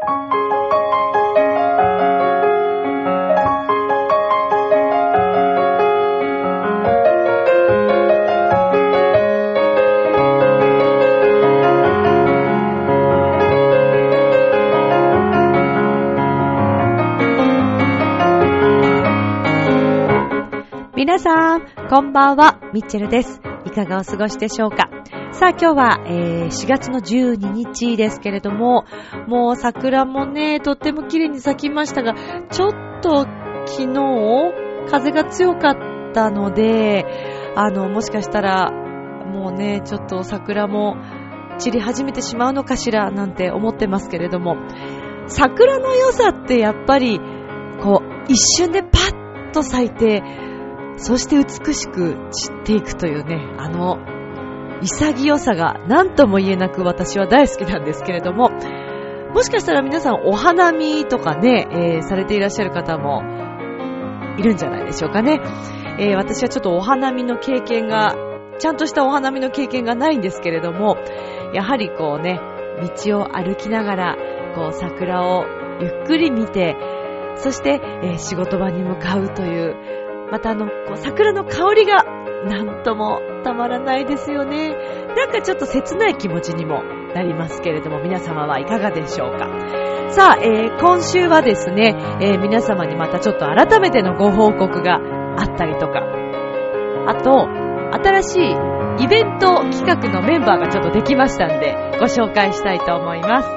皆さん、こんばんは、ミッチェルです。いかがお過ごしでしょうか。さあ、今日は、4月の12日ですけれども、もう桜もね、とっても綺麗に咲きましたが、ちょっと昨日、風が強かったので、もしかしたら、もうね、ちょっと桜も散り始めてしまうのかしら、なんて思ってますけれども、桜の良さってやっぱり、こう、一瞬でパッと咲いて、そして美しく散っていくというね、潔さが何とも言えなく私は大好きなんですけれども、もしかしたら皆さんお花見とかね、されていらっしゃる方もいるんじゃないでしょうかね。私はちょっとお花見の経験が、ちゃんとしたお花見の経験がないんですけれども、やはりこうね、道を歩きながら、こう桜をゆっくり見て、そして、仕事場に向かうという、またこう桜の香りがなんともたまらないですよね。なんかちょっと切ない気持ちにもなりますけれども、皆様はいかがでしょうか。さあ、今週はですね、皆様にまたちょっと改めてのご報告があったりとか、あと新しいイベント企画のメンバーがちょっとできましたんで、ご紹介したいと思います。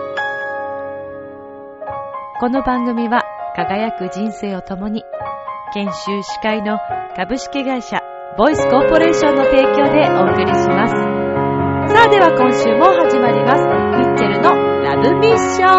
この番組は輝く人生を共に、研修司会の株式会社ボイスコーポレーションの提供でお送りします。さあ、では今週も始まります。ミッチェルのラブミッション。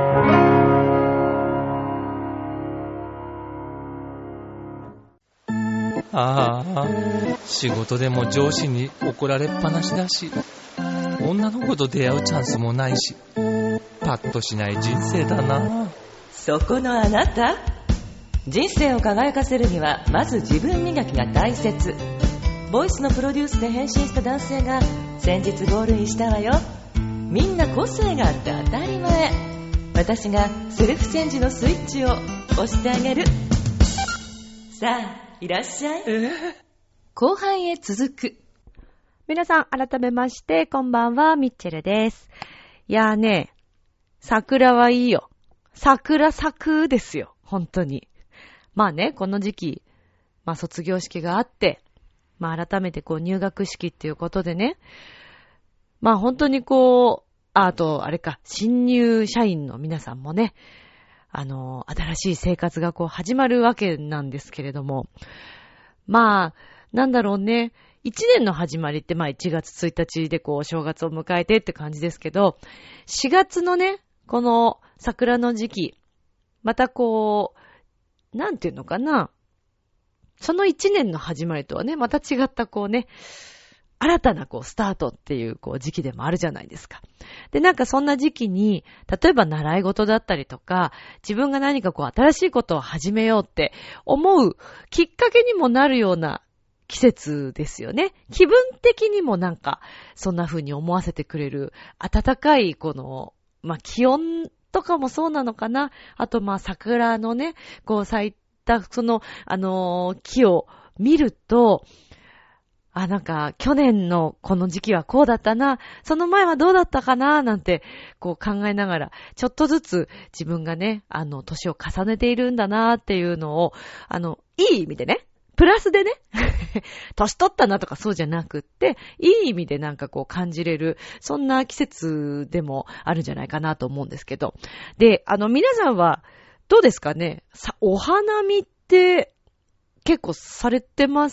ああ、仕事でも上司に怒られっぱなしだし、女の子と出会うチャンスもないし、パッとしない人生だな。 そこのあなた、人生を輝かせるにはまず自分磨きが大切。ボイスのプロデュースで変身した男性が先日ゴールインしたわよ。みんな個性があって当たり前。私がセルフチェンジのスイッチを押してあげる。さあ、いらっしゃい。後半へ続く。 皆さん改めましてこんばんは、ミッチェルです。いやーね、桜はいいよ。桜咲くですよ、本当に。まあね、この時期、まあ卒業式があって、まあ改めてこう入学式っていうことでね、まあ本当にこう、あとあれか、新入社員の皆さんもね、新しい生活がこう始まるわけなんですけれども、まあ、なんだろうね、一年の始まりってまあ1月1日でこう正月を迎えてって感じですけど、4月のね、この桜の時期、またこう、なんていうのかな、その一年の始まりとはね、また違ったこうね、新たなこうスタートっていうこう時期でもあるじゃないですか。で、なんかそんな時期に、例えば習い事だったりとか、自分が何かこう新しいことを始めようって思うきっかけにもなるような季節ですよね。気分的にもなんかそんな風に思わせてくれる暖かいこの、まあ気温とかもそうなのかな。あとまあ桜のね、こう咲いたその木を見ると、なんか去年のこの時期はこうだったな、その前はどうだったかななんてこう考えながら、ちょっとずつ自分がね、年を重ねているんだなっていうのをいい意味でね、プラスでね年取ったなとかそうじゃなくって、いい意味でなんかこう感じれる、そんな季節でもあるんじゃないかなと思うんですけど。で、皆さんはどうですかね、お花見って結構されてます？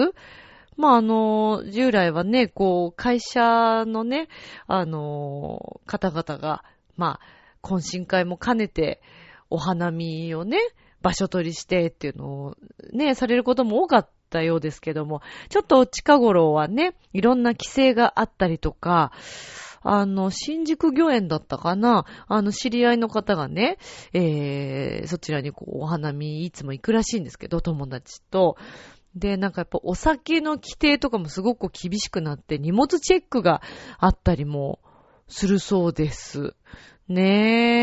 まあ従来はね、こう会社のね、方々がまあ懇親会も兼ねてお花見をね、場所取りしてっていうのをね、されることも多かったようですけども、ちょっと近頃はね、いろんな規制があったりとか、新宿御苑だったかな、知り合いの方がね、そちらにこうお花見いつも行くらしいんですけど、友達と。で、なんかやっぱお酒の規定とかもすごく厳しくなって、荷物チェックがあったりもするそうです。ね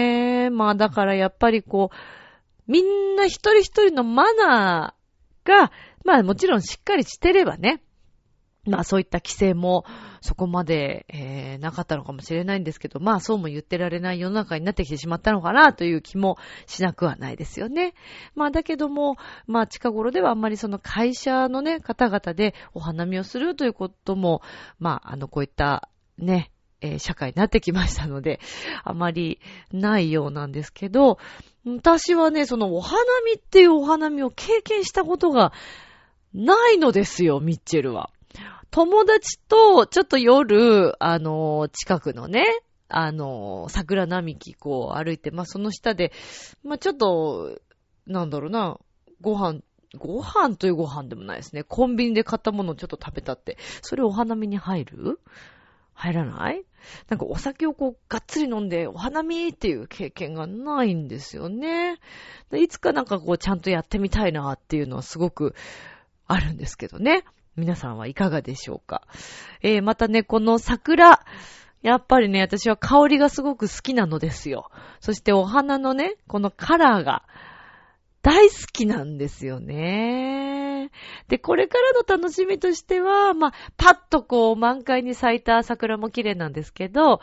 ね。まあだからやっぱりみんな一人一人のマナーが、まあもちろんしっかりしてればね、まあそういった規制もそこまで、なかったのかもしれないんですけど、まあそうも言ってられない世の中になってきてしまったのかなという気もしなくはないですよね。まあだけども、まあ近頃ではあんまりその会社のね、方々でお花見をするということも、まあこういったね、社会になってきましたので、あまりないようなんですけど、私はね、そのお花見っていうお花見を経験したことがないのですよ、ミッチェルは。友達とちょっと夜、近くのね、桜並木歩いて、まあ、その下で、まあ、ちょっと、なんだろうな、ご飯というご飯でもないですね。コンビニで買ったものをちょっと食べたって、それお花見に入らない？なんかお酒をがっつり飲んでお花見っていう経験がないんですよね。いつかなんかちゃんとやってみたいなっていうのはすごくあるんですけどね。皆さんはいかがでしょうか。またね、この桜、やっぱりね、私は香りがすごく好きなのですよ。そしてお花のね、このカラーが大好きなんですよね。で、これからの楽しみとしては、まあ、パッと満開に咲いた桜も綺麗なんですけど、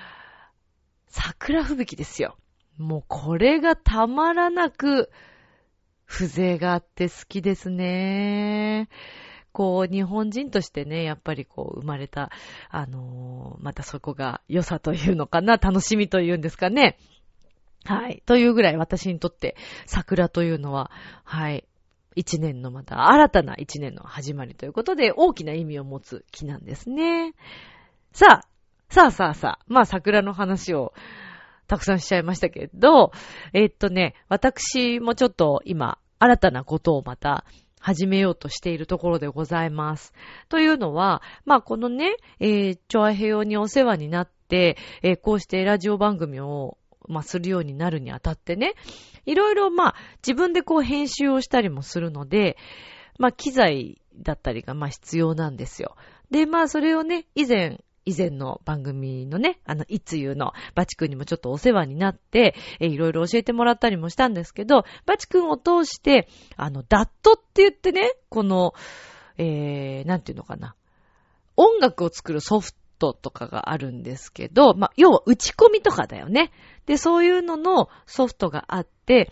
桜吹雪ですよ。もうこれがたまらなく風情があって好きですね。日本人としてね、やっぱり生まれた、またそこが良さというのかな、楽しみというんですかね。はい。というぐらい私にとって桜というのは、はい。一年のまた新たな一年の始まりということで大きな意味を持つ木なんですね。さあ。まあ桜の話をたくさんしちゃいましたけど、私もちょっと今新たなことをまた始めようとしているところでございます。というのは、まあこのね、チョアヘヨにお世話になって、こうしてラジオ番組をするようになるにあたってね、いろいろ自分で編集をしたりもするので、機材だったりが必要なんですよ。で、それをね、以前の番組のね、いつゆのバチ君にもちょっとお世話になって、いろいろ教えてもらったりもしたんですけど、バチ君を通して、ダットって言ってね、なんていうのかな、音楽を作るソフトとかがあるんですけど、要は打ち込みとかだよね。で、そういうののソフトがあって、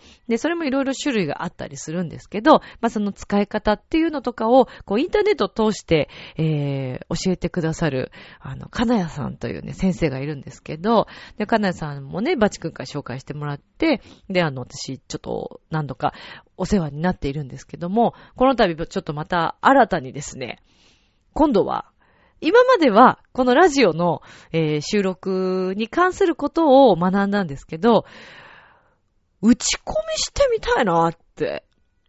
で、それもいろいろ種類があったりするんですけど、その使い方っていうのとかを、インターネットを通して、教えてくださる、金谷さんというね、先生がいるんですけど、で、金谷さんもね、バチ君から紹介してもらって、で、私、ちょっと何度かお世話になっているんですけども、この度ちょっとまた新たにですね、今度は、今まではこのラジオの、収録に関することを学んだんですけど、打ち込みしてみたいなって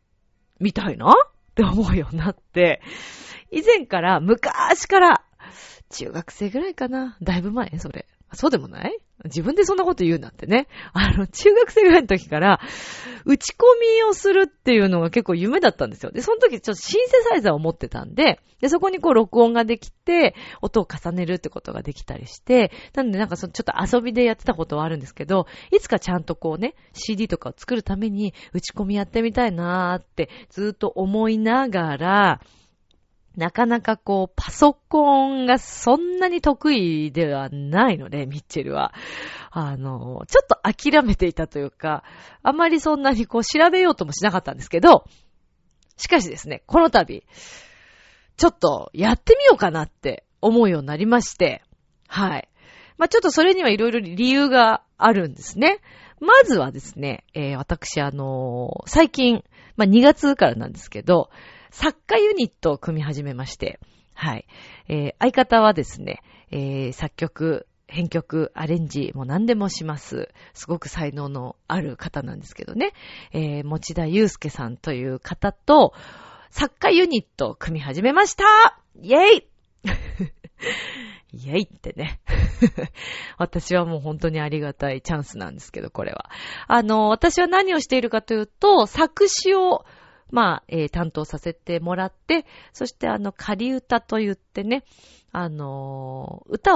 思うようになって、以前から昔から中学生ぐらいかな、だいぶ前それ。そうでもない？自分でそんなこと言うなってね。中学生ぐらいの時から、打ち込みをするっていうのが結構夢だったんですよ。で、その時ちょっとシンセサイザーを持ってたんで、で、そこに録音ができて、音を重ねるってことができたりして、なんでちょっと遊びでやってたことはあるんですけど、いつかちゃんとCD とかを作るために打ち込みやってみたいなーってずっと思いながら、なかなかパソコンがそんなに得意ではないので、ミッチェルは。ちょっと諦めていたというか、あまりそんなに調べようともしなかったんですけど、しかしですね、この度、ちょっとやってみようかなって思うようになりまして、はい。ちょっとそれにはいろいろ理由があるんですね。まずはですね、私最近、2月からなんですけど、作家ユニットを組み始めまして、はい。相方はですね、作曲、編曲、アレンジも何でもします。すごく才能のある方なんですけどね。持田祐介さんという方と、作家ユニットを組み始めました。イェイイェイってね。私はもう本当にありがたいチャンスなんですけど、これは。私は何をしているかというと、作詞を担当させてもらって、そして仮歌と言ってね、歌を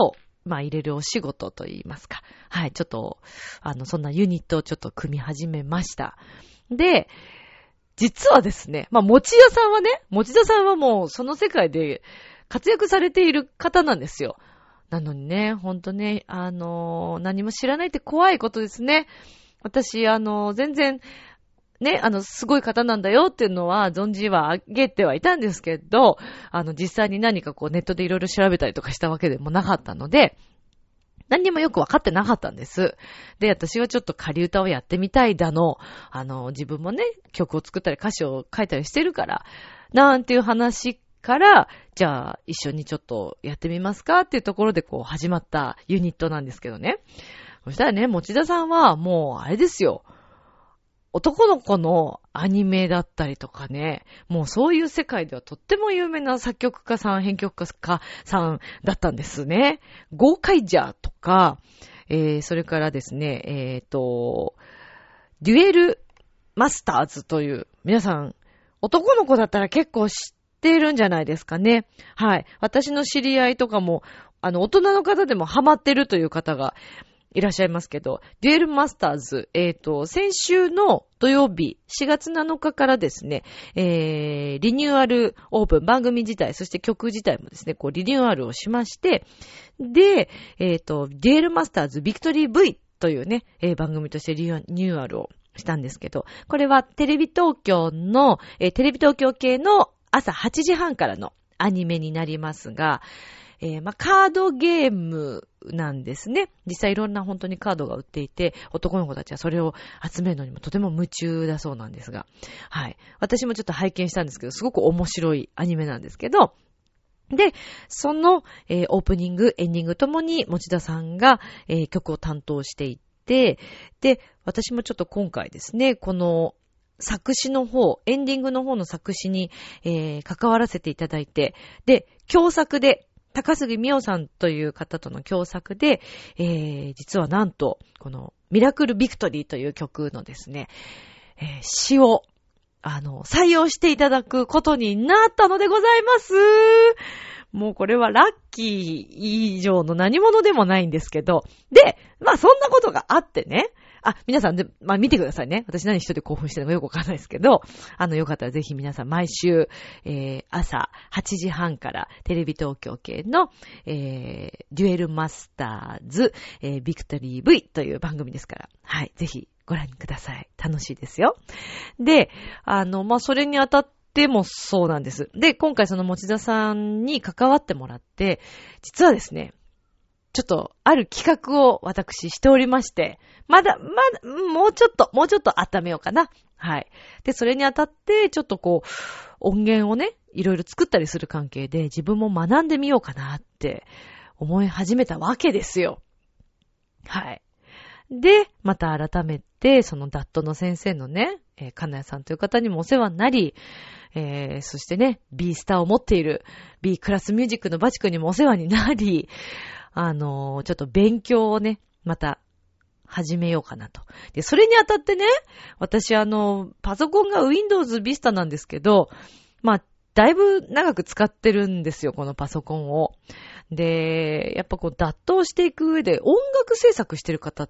まあ入れるお仕事といいますか。はい、ちょっと、そんなユニットをちょっと組み始めました。で、実はですね、まあ持田さんはもうその世界で活躍されている方なんですよ。なのにね、ほんとね、何も知らないって怖いことですね。私、全然、ね、すごい方なんだよっていうのは存じはあげてはいたんですけど、実際に何かこうネットでいろいろ調べたりとかしたわけでもなかったので、何にもよくわかってなかったんです。で、私はちょっと仮歌をやってみたいだの、自分もね、曲を作ったり歌詞を書いたりしてるから、なんていう話から、じゃあ一緒にちょっとやってみますかっていうところでこう始まったユニットなんですけどね。そしたらね、持田さんはもうあれですよ。男の子のアニメだったりとかね、もうそういう世界ではとっても有名な作曲家さん、編曲家さんだったんですね。ゴーカイジャーとか、それからですね、デュエルマスターズという、皆さん、男の子だったら結構知っているんじゃないですかね。はい。私の知り合いとかも、大人の方でもハマってるという方が、いらっしゃいますけど、デュエルマスターズ、先週の土曜日、4月7日からですね、リニューアルオープン、番組自体、そして曲自体もですね、こうリニューアルをしまして、で、デュエルマスターズビクトリー V というね、番組としてリニューアルをしたんですけど、これはテレビ東京の、テレビ東京系の朝8時半からのアニメになりますが、カードゲームなんですね。実際いろんな本当にカードが売っていて、男の子たちはそれを集めるのにもとても夢中だそうなんですが。はい。私もちょっと拝見したんですけど、すごく面白いアニメなんですけど、で、その、オープニング、エンディングともに持田さんが、曲を担当していて、で、私もちょっと今回ですね、この作詞の方、エンディングの方の作詞に、関わらせていただいて、で、共作で、高杉美代さんという方との共作で、実はなんと、このミラクルビクトリーという曲のですね、詩を、採用していただくことになったのでございます。もうこれはラッキー以上の何者でもないんですけど、で、まあそんなことがあってね、皆さんで、まあ見てくださいね。私何一人で興奮してるのかよくわかんないですけど、よかったらぜひ皆さん毎週、朝8時半からテレビ東京系の、デュエルマスターズ、ビクトリー V という番組ですから、はい、ぜひご覧ください。楽しいですよ。で、まあそれにあたってもそうなんです。で、今回その持田さんに関わってもらって、実はですね、ちょっと、ある企画を私しておりまして、まだ、もうちょっと温めようかな。はい。で、それにあたって、ちょっとこう、音源をね、いろいろ作ったりする関係で、自分も学んでみようかなって思い始めたわけですよ。はい。で、また改めて、そのダットの先生のね、金谷さんという方にもお世話になり、そしてね、B スターを持っている B クラスミュージックのバチ君にもお世話になり、ちょっと勉強をね、また始めようかなと。で、それにあたってね、私パソコンが Windows Vista なんですけど、まあ、だいぶ長く使ってるんですよ、このパソコンを。で、やっぱこう、脱刀していく上で音楽制作してる方って、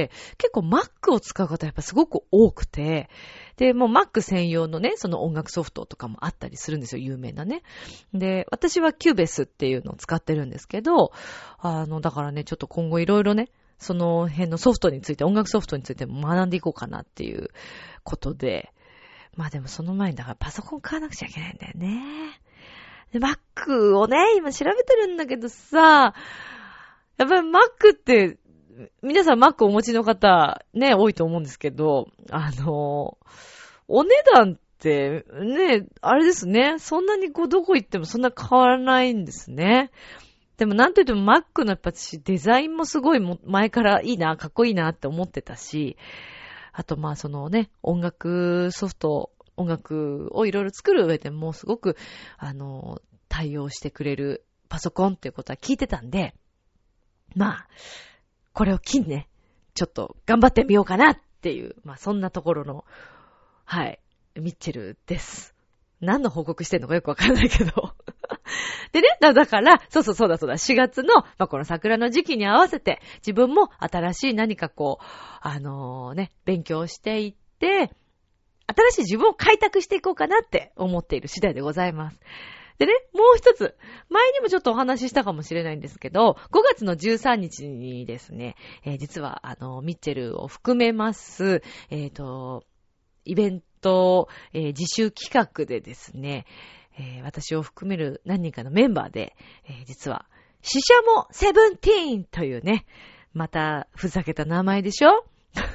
結構 Mac を使う方やっぱすごく多くて、で、もう Mac 専用のね、その音楽ソフトとかもあったりするんですよ、有名なね。で、私は Cubase っていうのを使ってるんですけど、だからね、ちょっと今後いろいろね、その辺のソフトについて、音楽ソフトについても学んでいこうかなっていうことで、まあでもその前にだからパソコン買わなくちゃいけないんだよね。で、Mac をね、今調べてるんだけどさ、やっぱり Mac って、皆さん Mac お持ちの方ね、多いと思うんですけど、お値段ってね、あれですね、そんなにこうどこ行ってもそんな変わらないんですね。でもなんといっても Mac のやっぱデザインもすごい前からいいな、かっこいいなって思ってたし、あとまあそのね、音楽ソフト、音楽をいろいろ作る上でもすごく、対応してくれるパソコンっていうことは聞いてたんで、まあ、これを機にね、ちょっと頑張ってみようかなっていう、まあそんなところの、はい、ミッチェルです。何の報告してんのかよくわからないけど。 でね、だから、そうだ、4月の、この桜の時期に合わせて、自分も新しい何か勉強していって、新しい自分を開拓していこうかなって思っている次第でございます。でね、もう一つ、前にもちょっとお話ししたかもしれないんですけど、5月の13日にですね、実はミッチェルを含めます、イベント、自主企画でですね、私を含める何人かのメンバーで、実は、シシャモ17というね、またふざけた名前でしょ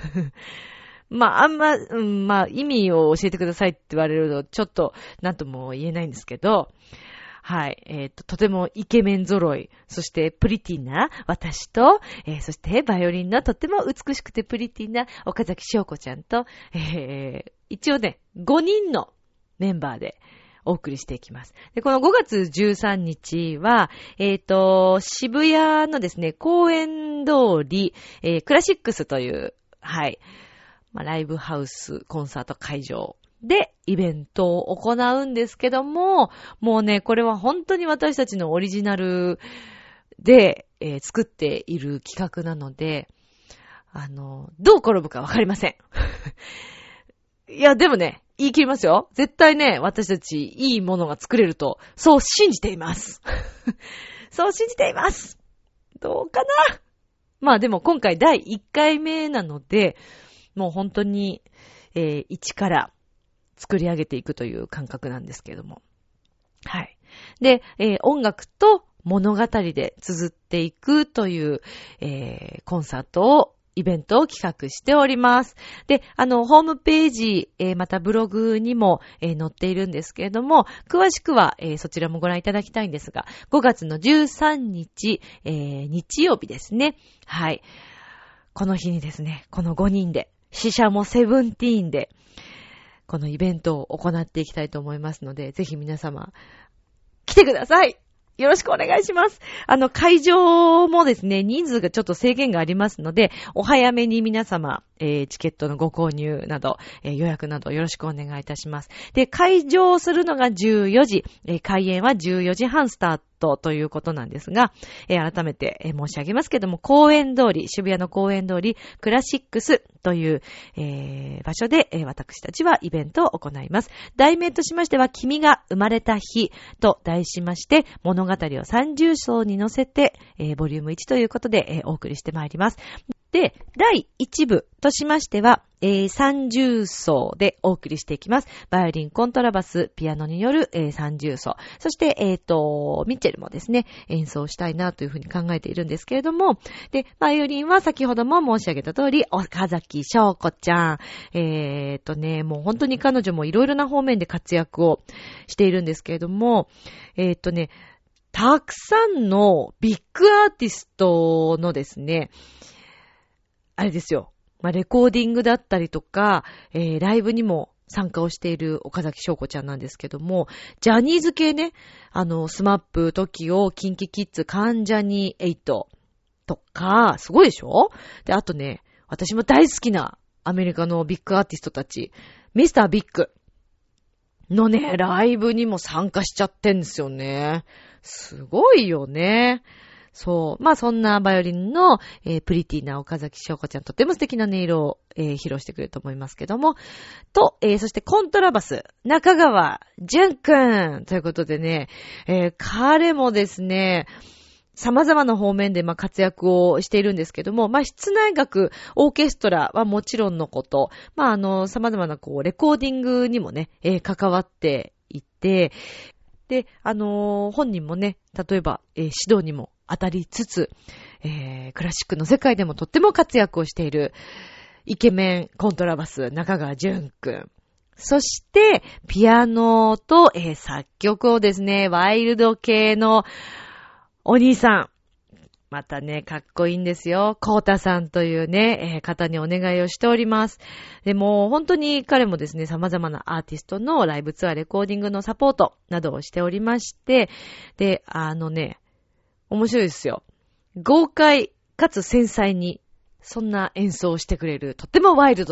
意味を教えてくださいって言われると、ちょっとなんとも言えないんですけど、はい、とてもイケメン揃い、そしてプリティな私と、そしてバイオリンのとても美しくてプリティな岡崎翔子ちゃんと、一応ね、5人のメンバーでお送りしていきます。で、この5月13日は、渋谷のですね、公園通り、クラシックスという、はい、ライブハウスコンサート会場でイベントを行うんですけども、もうね、これは本当に私たちのオリジナルで、作っている企画なので、どう転ぶかわかりません。いや、でもね、言い切りますよ。絶対ね、私たちいいものが作れると、そう信じています。そう信じています。どうかな？でも今回第1回目なので、もう本当に、一から作り上げていくという感覚なんですけれども。はい。で、音楽と物語で綴っていくという、コンサートイベントを企画しております。で、ホームページ、またブログにも、載っているんですけれども、詳しくは、そちらもご覧いただきたいんですが、5月の13日、日曜日ですね。はい。この日にですね、この5人で、シシャモ17で、このイベントを行っていきたいと思いますので、ぜひ皆様、来てください！よろしくお願いします。会場もですね、人数がちょっと制限がありますので、お早めに皆様、チケットのご購入など、予約などよろしくお願いいたします。で、会場するのが14時、開演は14時半スタートということなんですが、改めて、申し上げますけども、公園通り、渋谷の公園通り、クラシックスという、場所で、私たちはイベントを行います。題名としましては、君が生まれた日と題しまして、物語を30章に載せて、ボリューム1ということで、お送りしてまいります。で、第1部としましては、30奏でお送りしていきます。バイオリン、コントラバス、ピアノによる、30奏。そして、ミッチェルもですね、演奏したいなというふうに考えているんですけれども、で、バイオリンは先ほども申し上げた通り、岡崎翔子ちゃん。もう本当に彼女もいろいろな方面で活躍をしているんですけれども、たくさんのビッグアーティストのですね、あれですよ。レコーディングだったりとか、ライブにも参加をしている岡崎翔子ちゃんなんですけども、ジャニーズ系ね、スマップ、TOKIO、キンキキッズ、関ジャニ∞とか、すごいでしょ？で、あとね、私も大好きなアメリカのビッグアーティストたち、ミスタービッグのね、ライブにも参加しちゃってんですよね。すごいよね。そう。そんなバイオリンの、プリティな岡崎翔子ちゃん、とても素敵な音色を、披露してくれると思いますけども。と、そしてコントラバス、中川淳くんということでね、彼もですね、様々な方面で活躍をしているんですけども、室内楽、オーケストラはもちろんのこと、様々なレコーディングにもね、関わっていて、で、本人もね、例えば、指導にも当たりつつ、クラシックの世界でもとっても活躍をしているイケメンコントラバス中川淳くん。そして、ピアノと、作曲をですね、ワイルド系のお兄さん。またね、かっこいいんですよ。コウタさんというね、方にお願いをしております。でも、本当に彼もですね、様々なアーティストのライブツアー、レコーディングのサポートなどをしておりまして、で、面白いですよ。豪快かつ繊細に、そんな演奏をしてくれる、とってもワイルドな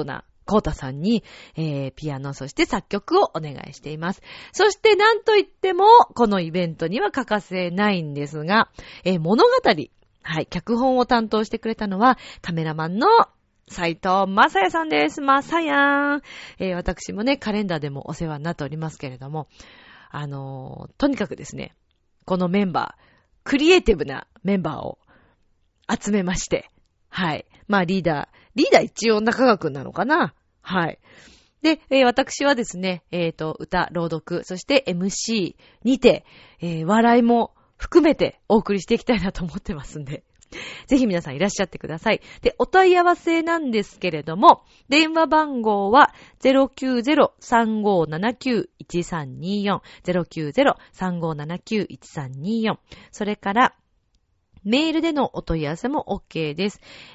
コータさんに、ピアノそして作曲をお願いしています。そしてなんといってもこのイベントには欠かせないんですが、物語、はい、脚本を担当してくれたのはカメラマンの斉藤正也さんです。正也、私もねカレンダーでもお世話になっておりますけれども、とにかくですね、このメンバー、クリエイティブなメンバーを集めまして、はい。まあリーダー一応中川くんなのかな。はい。で、私はですね、歌、朗読、そして MC にて、笑いも含めてお送りしていきたいなと思ってますんで、ぜひ皆さんいらっしゃってください。で、お問い合わせなんですけれども、電話番号は 090-3579-1324 090-3579-1324、それからメールでのお問い合わせも OK です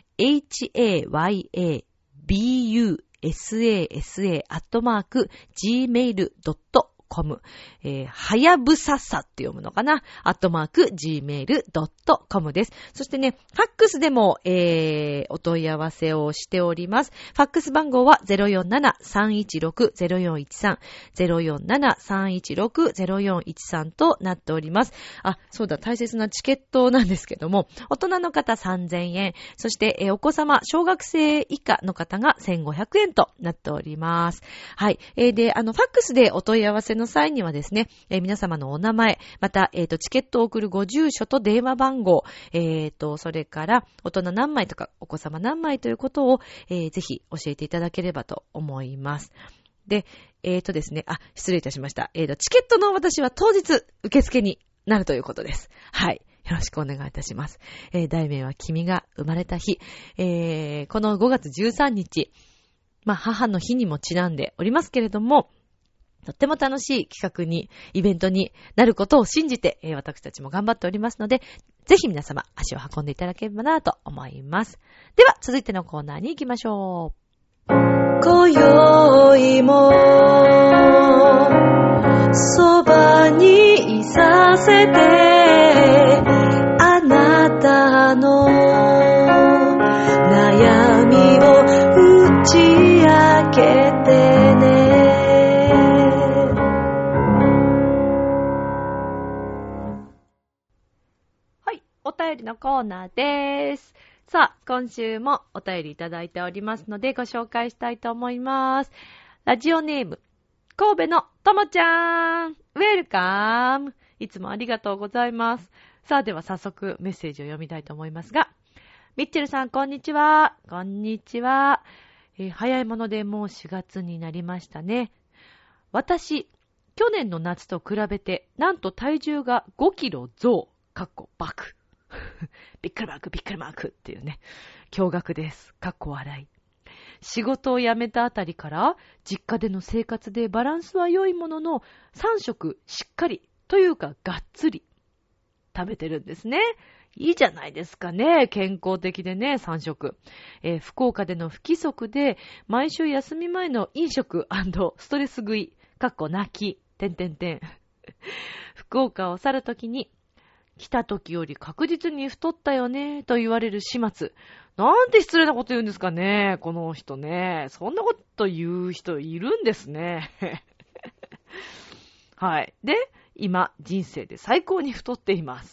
。hayabusasa@gmail.com、はやぶささって読むのかな、@gmail.com です。そしてね、ファックスでも、お問い合わせをしております。ファックス番号は 047-316-0413 047-316-0413 となっております。あ、そうだ、大切なチケットなんですけども、大人の方3000円、そして、お子様、小学生以下の方が1500円となっております。はい。で、ファックスでお問い合わせの際にはですね、皆様のお名前、また、チケットを送るご住所と電話番号、それから大人何枚とかお子様何枚ということを、ぜひ教えていただければと思います。で、ですね、失礼いたしました。チケットの私は当日受付になるということです。はい。よろしくお願いいたします。題名は君が生まれた日。この5月13日、まあ母の日にもちなんでおりますけれども、とっても楽しい企画に、イベントになることを信じて、私たちも頑張っておりますので、ぜひ皆様足を運んでいただければなと思います。では、続いてのコーナーに行きましょう。今宵もそばにいさせて、あなたの悩みを打ち明けてね。お便りのコーナーです。さあ、今週もお便りいただいておりますのでご紹介したいと思います。ラジオネーム、神戸のともちゃん、ウェルカム。いつもありがとうございます。さあ、では早速メッセージを読みたいと思いますが、ミッチェルさん、こんにちは。こんにちは。早いものでもう4月になりましたね。私、去年の夏と比べて、なんと体重が5キロ増、爆。びっくりマークびっくりマークっていうね、驚愕です。笑い。仕事を辞めたあたりから実家での生活でバランスは良いものの3食しっかりというかがっつり食べてるんですね。いいじゃないですかね。健康的でね、3食。福岡での不規則で毎週休み前の飲食&ストレス食い泣き福岡を去るときに来た時より確実に太ったよねと言われる始末。なんて失礼なこと言うんですかね、この人ね。そんなこと言う人いるんですね。はい。で、今、人生で最高に太っています。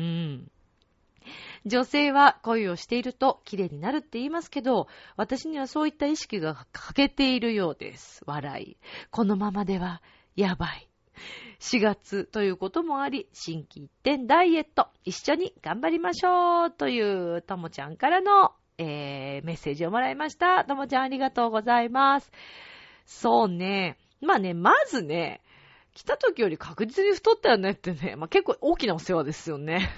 女性は恋をしていると綺麗になるって言いますけど、私にはそういった意識が欠けているようです。笑い。このままではやばい。4月ということもあり、心機一転ダイエット一緒に頑張りましょうというともちゃんからの、メッセージをもらいました。ともちゃんありがとうございます。そうね。まずね、来た時より確実に太ったよねってね、結構大きなお世話ですよね。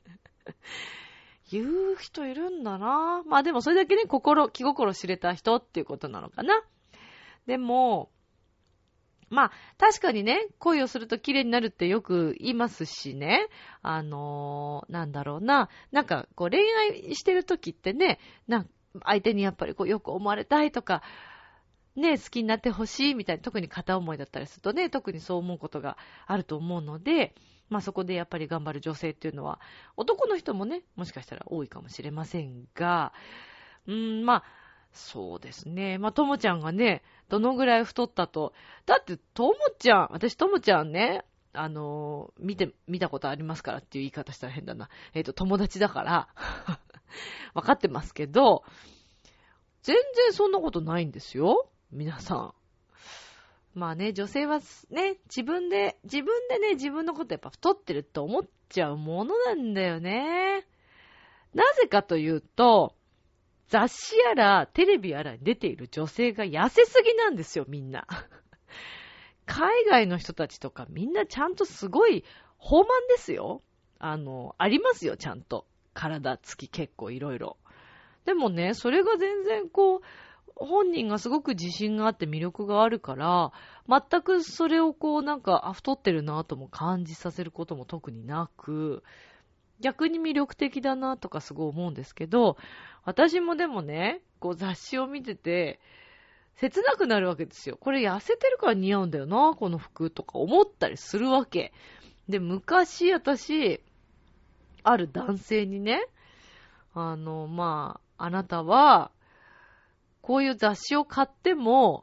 言う人いるんだな。でもそれだけね、気心知れた人っていうことなのかな。でも、確かにね、恋をすると綺麗になるってよく言いますしね。なんだろうな。恋愛してる時ってね、相手にやっぱりよく思われたいとか、ね、好きになってほしいみたいな、特に片思いだったりするとね、特にそう思うことがあると思うので、そこでやっぱり頑張る女性っていうのは、男の人もね、もしかしたら多いかもしれませんが、 そうですね。まあ、ともちゃんがね、どのぐらい太ったと。だって、ともちゃん、私ともちゃんね、見たことありますからっていう言い方したら変だな。友達だから、わかってますけど、全然そんなことないんですよ。皆さん。まあね、女性はね、自分でね、自分のことやっぱ太ってると思っちゃうものなんだよね。なぜかというと、雑誌やらテレビやらに出ている女性が痩せすぎなんですよ、みんな。海外の人たちとかみんなちゃんとすごい豊満ですよ。ありますよ、ちゃんと。体つき結構いろいろ。でもね、それが全然本人がすごく自信があって魅力があるから、全くそれを太ってるなとも感じさせることも特になく、逆に魅力的だなとかすごい思うんですけど、私もでもね、雑誌を見てて、切なくなるわけですよ。これ痩せてるから似合うんだよな、この服とか思ったりするわけ。で、昔私、ある男性にね、あなたは、こういう雑誌を買っても、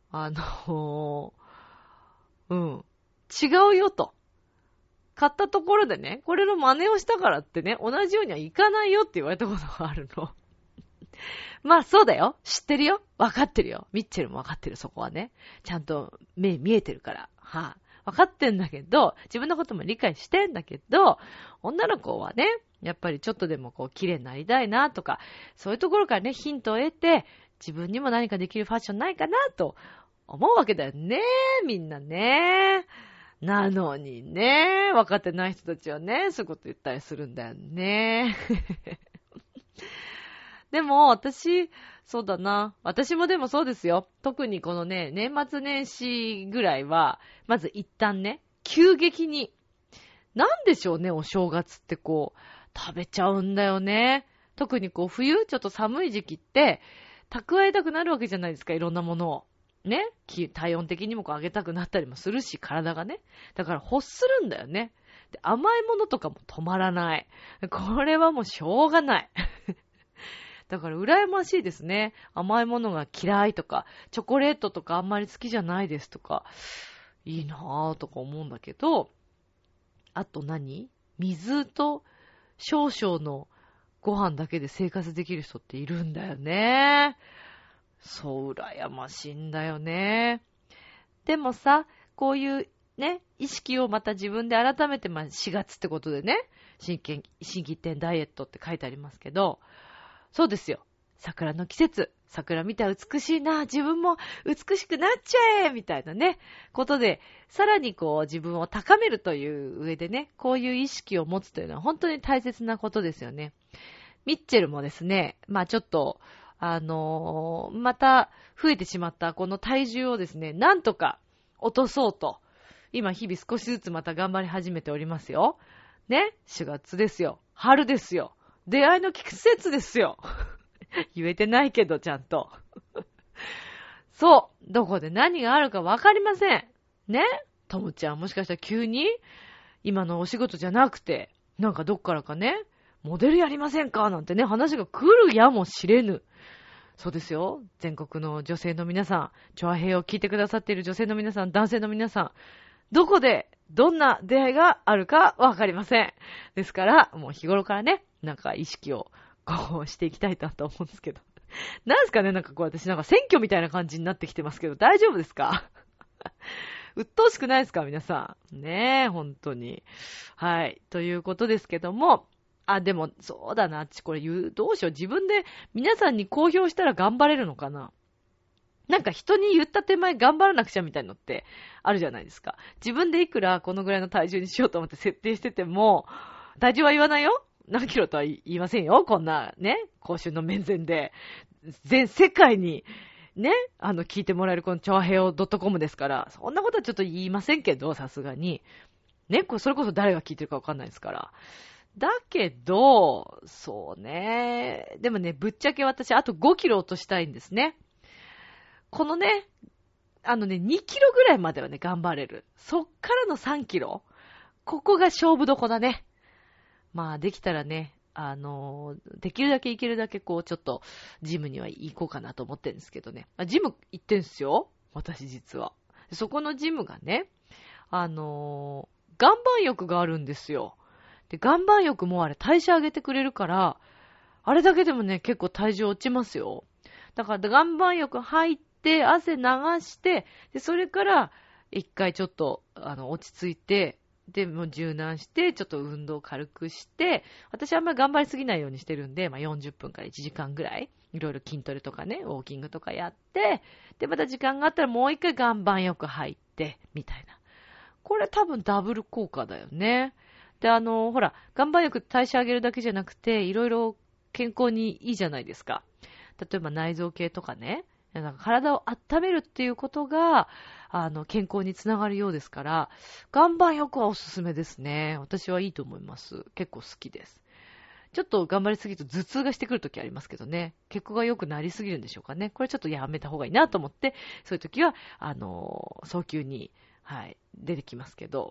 違うよと。買ったところでね、これの真似をしたからってね、同じようにはいかないよって言われたことがあるの。まあそうだよ。知ってるよ。わかってるよ。ミッチェルもわかってる、そこはね。ちゃんと目見えてるから。わかってんだけど、自分のことも理解してんだけど、女の子はね、やっぱりちょっとでも綺麗になりたいなとか、そういうところからね、ヒントを得て、自分にも何かできるファッションないかなと思うわけだよね。みんなね。なのにね、分かってない人たちはね、そういうこと言ったりするんだよね。でも、そうだな。私もでもそうですよ。特にこのね、年末年始ぐらいは、まず一旦ね、急激に、なんでしょうね、お正月って食べちゃうんだよね。特に冬、ちょっと寒い時期って、蓄えたくなるわけじゃないですか、いろんなものを。ね、体温的にも上げたくなったりもするし、体がね。だから欲するんだよね。で、甘いものとかも止まらない。これはもうしょうがない。だから羨ましいですね。甘いものが嫌いとか、チョコレートとかあんまり好きじゃないですとか、いいなぁとか思うんだけど、あと水と少々のご飯だけで生活できる人っているんだよね。そう、羨ましいんだよね。でもさ、こういうね、意識をまた自分で改めて、4月ってことでね、心機一転ダイエットって書いてありますけど、そうですよ。桜の季節。桜見たら美しいな。自分も美しくなっちゃえみたいなね。ことで、さらに自分を高めるという上でね、こういう意識を持つというのは本当に大切なことですよね。ミッチェルもですね、ちょっと、また増えてしまったこの体重をですね、なんとか落とそうと、今日々少しずつまた頑張り始めておりますよ。ね、4月ですよ。春ですよ。出会いの季節ですよ。言えてないけど、ちゃんと。そう。どこで何があるかわかりません。ね。ともちゃんもしかしたら急に、今のお仕事じゃなくて、どっからかね、モデルやりませんかなんてね、話が来るやもしれぬ。そうですよ。全国の女性の皆さん、チョアヘイを聞いてくださっている女性の皆さん、男性の皆さん、どこで、どんな出会いがあるかわかりません。ですから、もう日頃からね、意識をしていきたいなと思うんですけど。なんですかね、私選挙みたいな感じになってきてますけど、大丈夫ですか？鬱陶しくないですか皆さん。ねえ、本当に。はい。ということですけども、でも、そうだな。これどうしよう。自分で皆さんに公表したら頑張れるのかな？人に言った手前頑張らなくちゃみたいなのってあるじゃないですか。自分でいくらこのぐらいの体重にしようと思って設定してても、体重は言わないよ。何キロとは言いませんよ。こんなね、公衆の面前で。全世界にね、聞いてもらえるこのチョアヘオ .com ですから、そんなことはちょっと言いませんけど、さすがに。ね、それこそ誰が聞いてるかわかんないですから。だけど、そうね。でもね、ぶっちゃけ私、あと5キロ落としたいんですね。このね、2キロぐらいまではね、頑張れる。そっからの3キロ。ここが勝負どこだね。できたらね、 できるだけ行けるだけこうちょっとジムには行こうかなと思ってるんですけどね。ジム行ってんすよ。私実は。そこのジムがね、岩盤浴があるんですよ。で、岩盤浴もあれ代謝上げてくれるから、あれだけでもね、結構体重落ちますよ。だから岩盤浴入って、汗流して、で、それから一回ちょっと、落ち着いて、で、もう柔軟して、ちょっと運動軽くして、私あんまり頑張りすぎないようにしてるんで、40分から1時間ぐらい、いろいろ筋トレとかね、ウォーキングとかやって、で、また時間があったらもう一回岩盤浴入って、みたいな。これ多分ダブル効果だよね。で、ほら、岩盤浴代謝上げるだけじゃなくて、いろいろ健康にいいじゃないですか。例えば内臓系とかね、なんか体を温めるっていうことが、健康につながるようですから、岩盤浴はおすすめですね。私はいいと思います。結構好きです。ちょっと頑張りすぎると頭痛がしてくるときありますけどね。血行が良くなりすぎるんでしょうかね。これちょっとやめた方がいいなと思って、そういうときは、早急に、出てきますけど。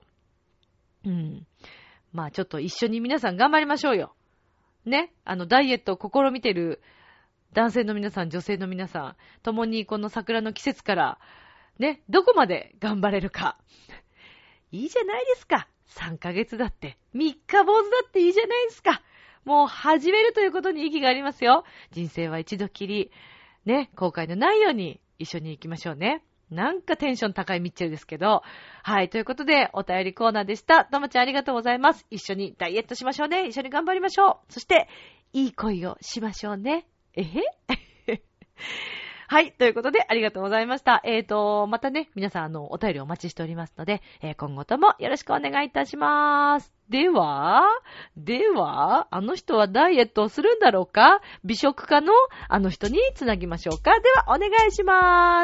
まあちょっと一緒に皆さん頑張りましょうよ。ね。ダイエットを試みてる男性の皆さん、女性の皆さん、共にこの桜の季節から、ね、どこまで頑張れるか。いいじゃないですか。3ヶ月だって、3日坊主だっていいじゃないですか。もう始めるということに意義がありますよ。人生は一度きり、ね、後悔のないように一緒に行きましょうね。なんかテンション高いミッチェルですけど。はい、ということで、お便りコーナーでした。ともちゃんありがとうございます。一緒にダイエットしましょうね。一緒に頑張りましょう。そして、いい恋をしましょうね。はい、ということで、ありがとうございました。またね、皆さん、お便りお待ちしておりますので、今後ともよろしくお願いいたします。では、あの人はダイエットをするんだろうか？美食家のあの人につなぎましょうか。では、お願いします。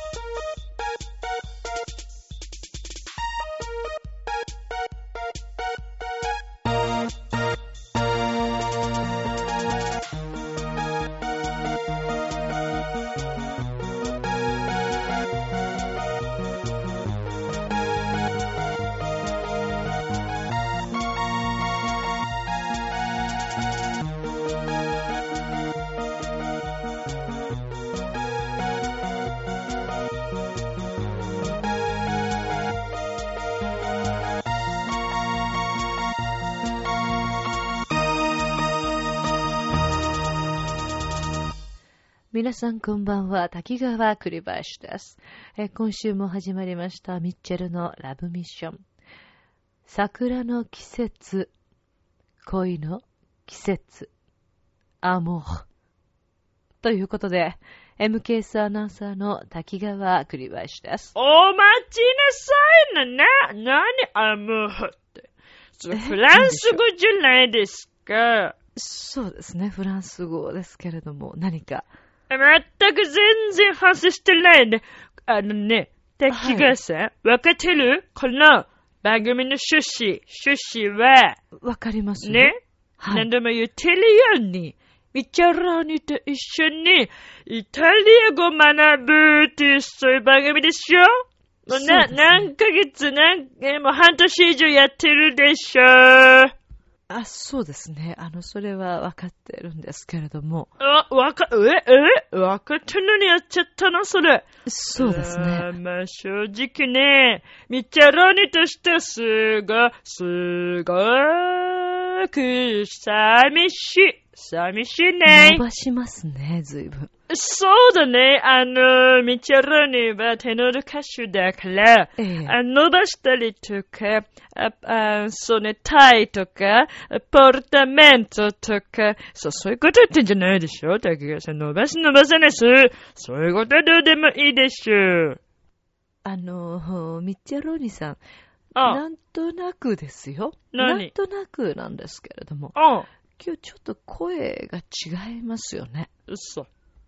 皆さんこんばんは、滝川栗林です。今週も始まりましたミッチェルのラブミッション。桜の季節、恋の季節、アモー。ということで、MKS アナウンサーの滝川栗林です。 お待ちなさいな、何アモーって。フランス語じゃないですか。 そうですね、フランス語ですけれども、何か。 全く全然反省してないね。滝川さん、わかってる？この番組の趣旨は、 わかりますね。 はい、 何度も言ってるように、ミッチェローニと一緒にイタリア語を学ぶっていうそういう番組でしょ？もう何ヶ月、もう半年以上やってるでしょ？ そうですね。それは分かってるんですけれども。 分かってるのにやっちゃったのそれ。 そうですね。 まあ正直ね、ミッチェローニとしてはすごく寂しいね。 伸ばしますね、ずいぶん。 そうだね。ミッチェローニはテノール歌手だから、伸ばしたりとか、そうね、タイとか、ポルタメントとか、そういうこと言ってんじゃないでしょ？滝川さん、伸ばさないそういうことはどうでもいいでしょう。 ミッチェローニさん、なんとなくですよ。なんとなくなんですけれども、今日ちょっと声が違いますよね。 嘘。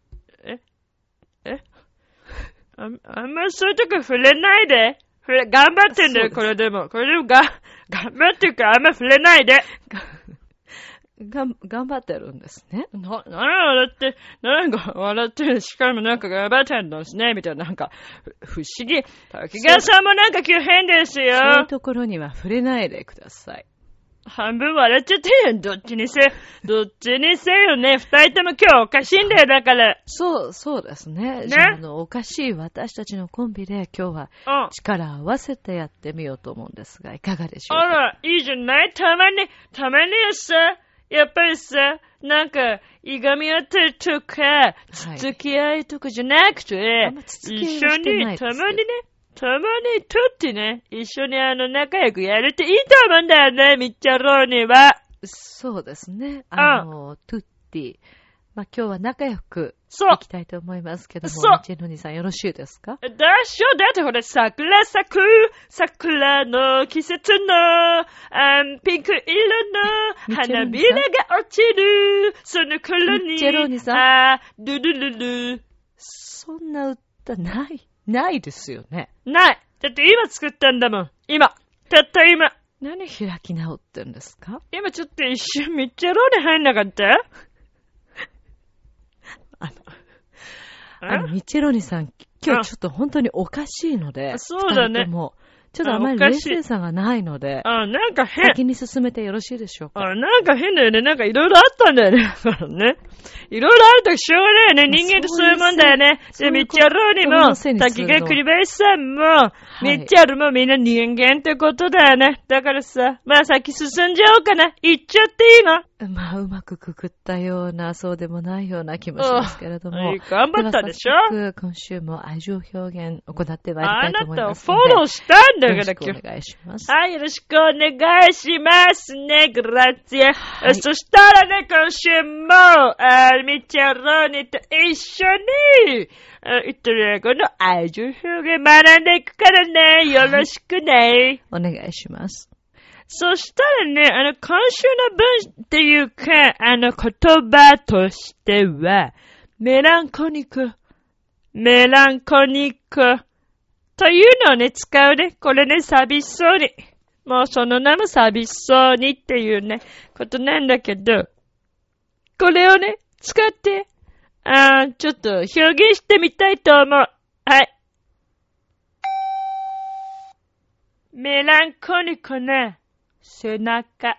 あんまそういうとこ触れないで。頑張ってんだよ、これでも頑張ってるからあんま触れないで。 頑張ってるんですね。 なんか笑ってる。しかもなんか頑張ってるんですね、みたいな。なんか、不思議。滝川さんもなんか今日変ですよ。 そういうところには触れないでください。 半分笑っちゃってるよ。どっちにせよね。二人とも今日おかしいんだよ、だから。 そうですね。じゃあ、おかしい私たちのコンビで今日は力を合わせてやってみようと思うんですが、いかがでしょうか。 あら、いいじゃない。たまにはさ、やっぱりさ、なんか、いがみ合ってるとか、付き合いとかじゃなくて、一緒に、たまにとってね、一緒に仲良くやるっていいと思うんだよね、ミッチェローニは。 そうですね。トゥッティ。まあ、今日は仲良くいきたいと思いますけども、ミッチェローニさんよろしいですか？ だってほら、桜の季節の、ピンク色の花びらが落ちる、その頃に、 ミッチェローニさん。 ルルルル。 そんな歌ないですよね。 ない。だって今作ったんだもん。たった今。 何開き直ってんですか？ 今ちょっと一瞬ミッチェローニ入んなかった？ ミッチェローニさん、今日ちょっと本当におかしいので、 そうだね。 ちょっとあまり冷静さがないので、 なんか変。 先に進めてよろしいでしょうか。 なんか変だよね。なんかいろいろあったんだよね。だからね。いろいろあるとしょうがないよね。人間ってそういうもんだよね。で、ミッチェローニも、滝川栗林さんも、ミッチェルもみんな人間ってことだよね。だからさ、まあ先進んじゃおうかな。行っちゃっていいの？ まあ、うまくくくったような、そうでもないような気もしますけれども。 頑張ったでしょ？ 今週も愛情表現を行ってまいりたいと思いますので。あなたをフォローしたんだから、 よろしくお願いします。 はい、よろしくお願いしますね。グラッツィエ。そしたらね、今週も、ミッチェローニと一緒に、イタリア語の愛情表現学んでいくからね。よろしくね。 お願いします。 そしたらね、今週の文っていうか、言葉としては、メランコニックというのをね、使うね。これね、寂しそうに。もうその名も寂しそうにっていうね、ことなんだけど、これをね、使って、ちょっと表現してみたいと思う。はい。メランコニックな背中。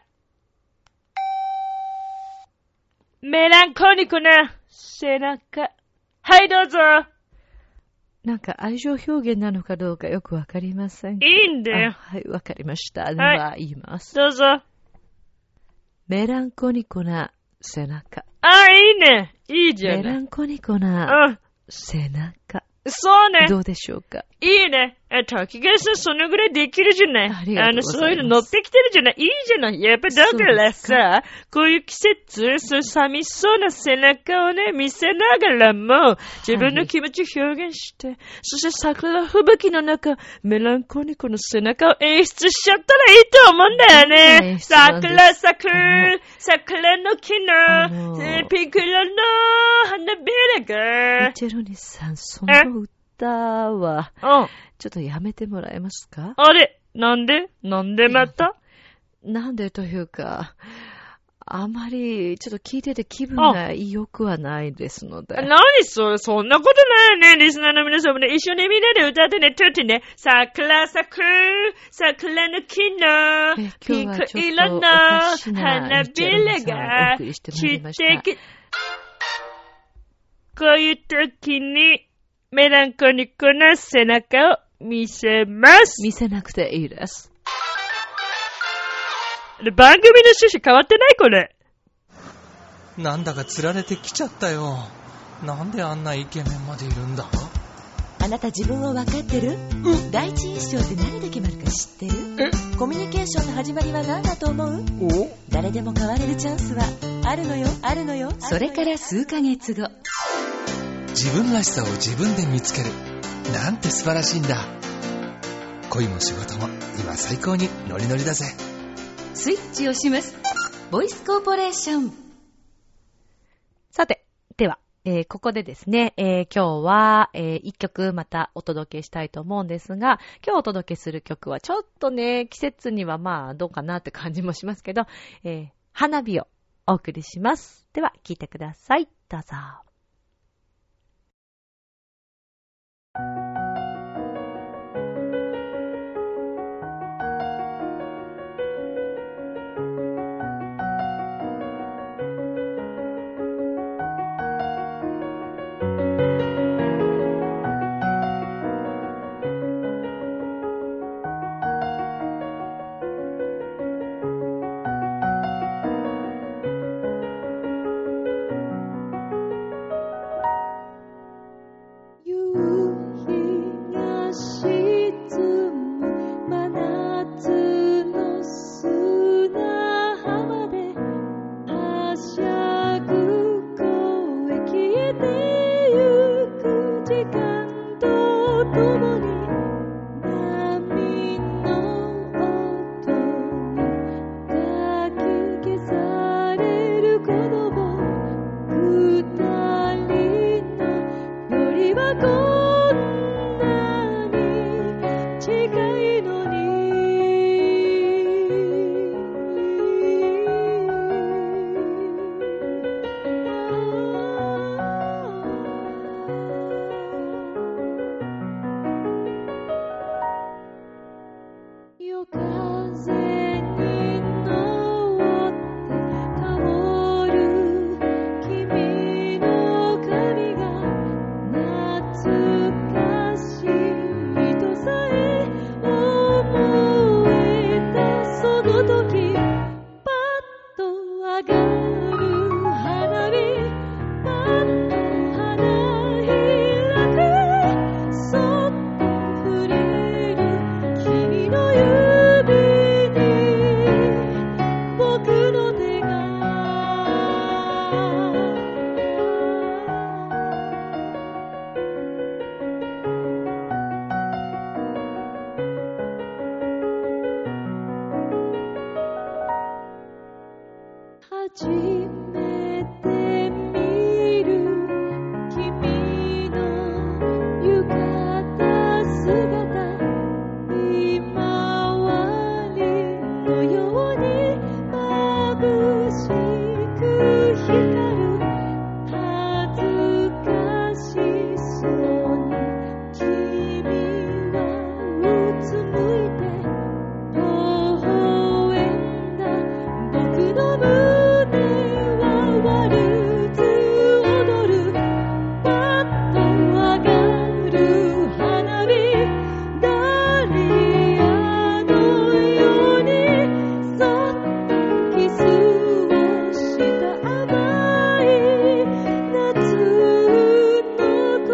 メランコニックな背中。はい、どうぞ。 なんか愛情表現なのかどうかよくわかりません。 いいんだよ。 はい、わかりました。では、言います。 どうぞ。 メランコニコな背中。 いいね。いいじゃん。 メランコニコな背中。 そうね。 どうでしょうか。 いいね。滝川さんそのぐらいできるじゃない。 ありがとうございます。 そういうの乗ってきてるじゃない。いいじゃない。やっぱだからさ、こういう季節、そういう寂しそうな背中をね、見せながらも、自分の気持ちを表現して、そして桜吹雪の中、メランコニコの背中を演出しちゃったらいいと思うんだよね。桜咲く、桜の木の、ピンク色の花びらが。 ミチェロニさん、その歌は、ちょっとやめてもらえますか？ あれなんでまた？ なんでというか、あまり、ちょっと聞いてて気分が良くはないですので。 何それ、そんなことないよね。リスナーの皆さんもね、一緒にみんなで歌ってね、とってね、桜咲く、桜の木の、ピンク色の花びらが散ってき、こういう時に、メランコニックな背中を見せます。 見せなくていいです。 番組の趣旨変わってないこれ。 なんだか釣られてきちゃったよ。なんであんなイケメンまでいるんだ？ あなた自分を分かってる？第一印象って何で決まるか知ってる？コミュニケーションの始まりは何だと思う？誰でも変われるチャンスはあるのよ。それから数ヶ月後。 自分らしさを自分で見つける。なんて素晴らしいんだ。恋も仕事も今最高にノリノリだぜ。 スイッチをします。ボイスコーポレーション。 さて、では、ここでですね、今日は、一曲またお届けしたいと思うんですが、今日お届けする曲はちょっとね、季節にはまあどうかなって感じもしますけど、花火をお送りします。では、聴いてください。どうぞ。 はこんなに近いのに夜風に乗って香る君の髪が懐かしいとさえ思えたその時パッと上がる花火パッと花開くそっと触れる君の指に僕の手が初めて見る君の浴衣姿ひまわりのように眩しく光る恥ずかしそうに君はうつむいて微笑んだ僕の胸はワルツ踊るパッと上がる花火ダリアのようにそっとキスをした甘い夏の恋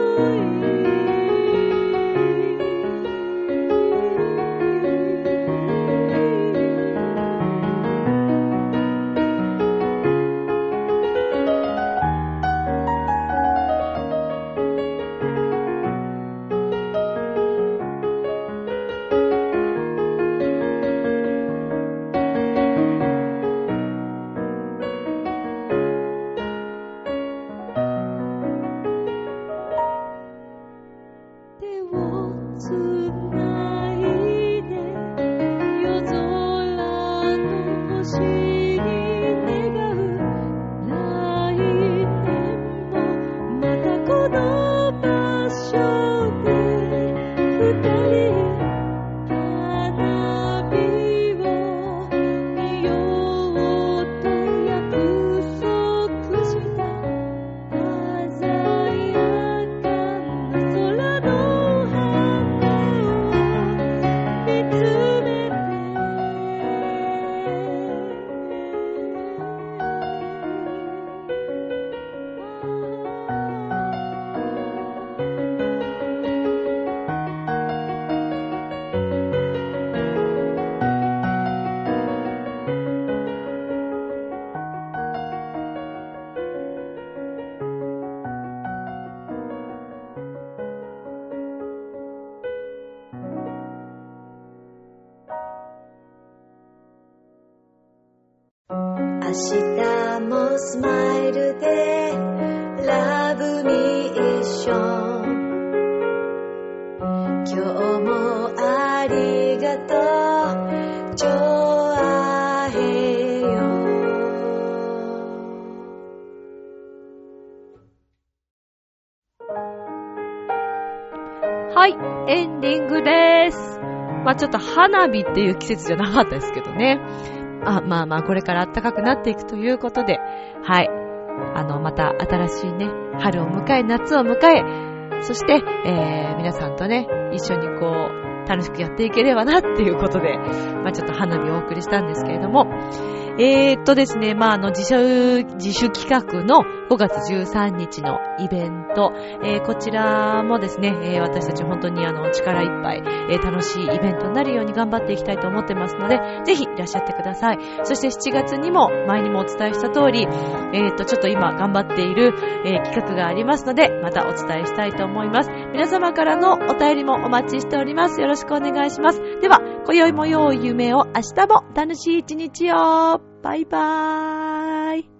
手をつないで夜空の星に願う来年もまたこの場所で二人花火を見ようと約束した鮮やかな空の花を見つめて明日もスマイルでラブミッション今日もありがとうちょあへよはい、エンディングです。まあちょっと花火っていう季節じゃなかったですけどね。まあこれから暖かくなっていくということで、はい。また新しいね、春を迎え、夏を迎え、そして、皆さんとね、一緒にこう、楽しくやっていければなっていうことで、まあちょっと花火をお送りしたんですけれども、ですね、まあ自主企画の5月13日のイベント、こちらもですね、私たち本当に力いっぱい、楽しいイベントになるように頑張っていきたいと思ってますので、ぜひいらっしゃってください。そして7月にも前にもお伝えした通り、ちょっと今頑張っている、企画がありますので、またお伝えしたいと思います。皆様からのお便りもお待ちしております。よろしくお願いします。では、今宵も良い夢を、明日も楽しい一日を。バイバーイ。